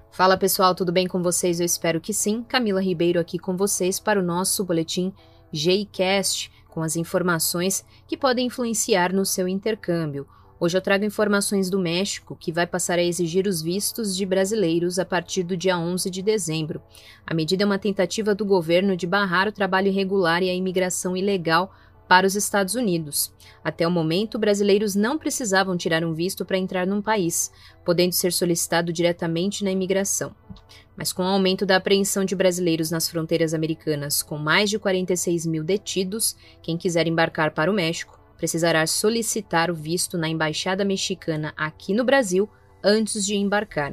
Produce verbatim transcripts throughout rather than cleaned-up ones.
Fala pessoal, tudo bem com vocês? Eu espero que sim. Camila Ribeiro aqui com vocês para o nosso boletim G I Cast, com as informações que podem influenciar no seu intercâmbio. Hoje eu trago informações do México, que vai passar a exigir os vistos de brasileiros a partir do dia onze de dezembro. A medida é uma tentativa do governo de barrar o trabalho irregular e a imigração ilegal para os Estados Unidos. Até o momento, brasileiros não precisavam tirar um visto para entrar num país, podendo ser solicitado diretamente na imigração. Mas com o aumento da apreensão de brasileiros nas fronteiras americanas, com mais de quarenta e seis mil detidos, quem quiser embarcar para o México precisará solicitar o visto na embaixada mexicana aqui no Brasil antes de embarcar.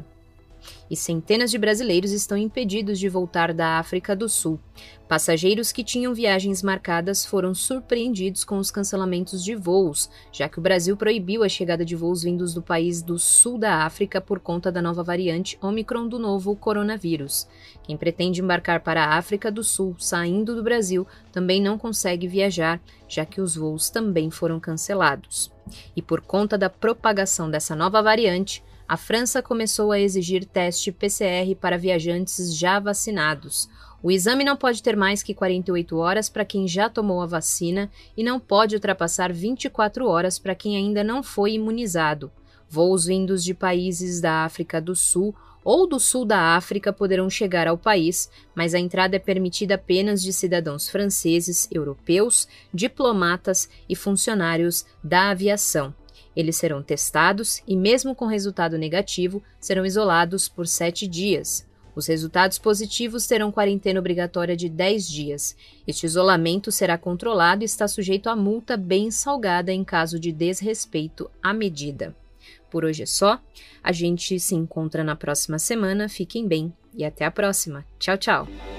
E centenas de brasileiros estão impedidos de voltar da África do Sul. Passageiros que tinham viagens marcadas foram surpreendidos com os cancelamentos de voos, já que o Brasil proibiu a chegada de voos vindos do país do sul da África por conta da nova variante Omicron do novo coronavírus. Quem pretende embarcar para a África do Sul saindo do Brasil também não consegue viajar, já que os voos também foram cancelados. E por conta da propagação dessa nova variante, a França começou a exigir teste P C R para viajantes já vacinados. O exame não pode ter mais que quarenta e oito horas para quem já tomou a vacina e não pode ultrapassar vinte e quatro horas para quem ainda não foi imunizado. Voos vindos de países da África do Sul ou do sul da África poderão chegar ao país, mas a entrada é permitida apenas de cidadãos franceses, europeus, diplomatas e funcionários da aviação. Eles serão testados e, mesmo com resultado negativo, serão isolados por sete dias. Os resultados positivos terão quarentena obrigatória de dez dias. Este isolamento será controlado e está sujeito a multa bem salgada em caso de desrespeito à medida. Por hoje é só. A gente se encontra na próxima semana. Fiquem bem e até a próxima. Tchau, tchau!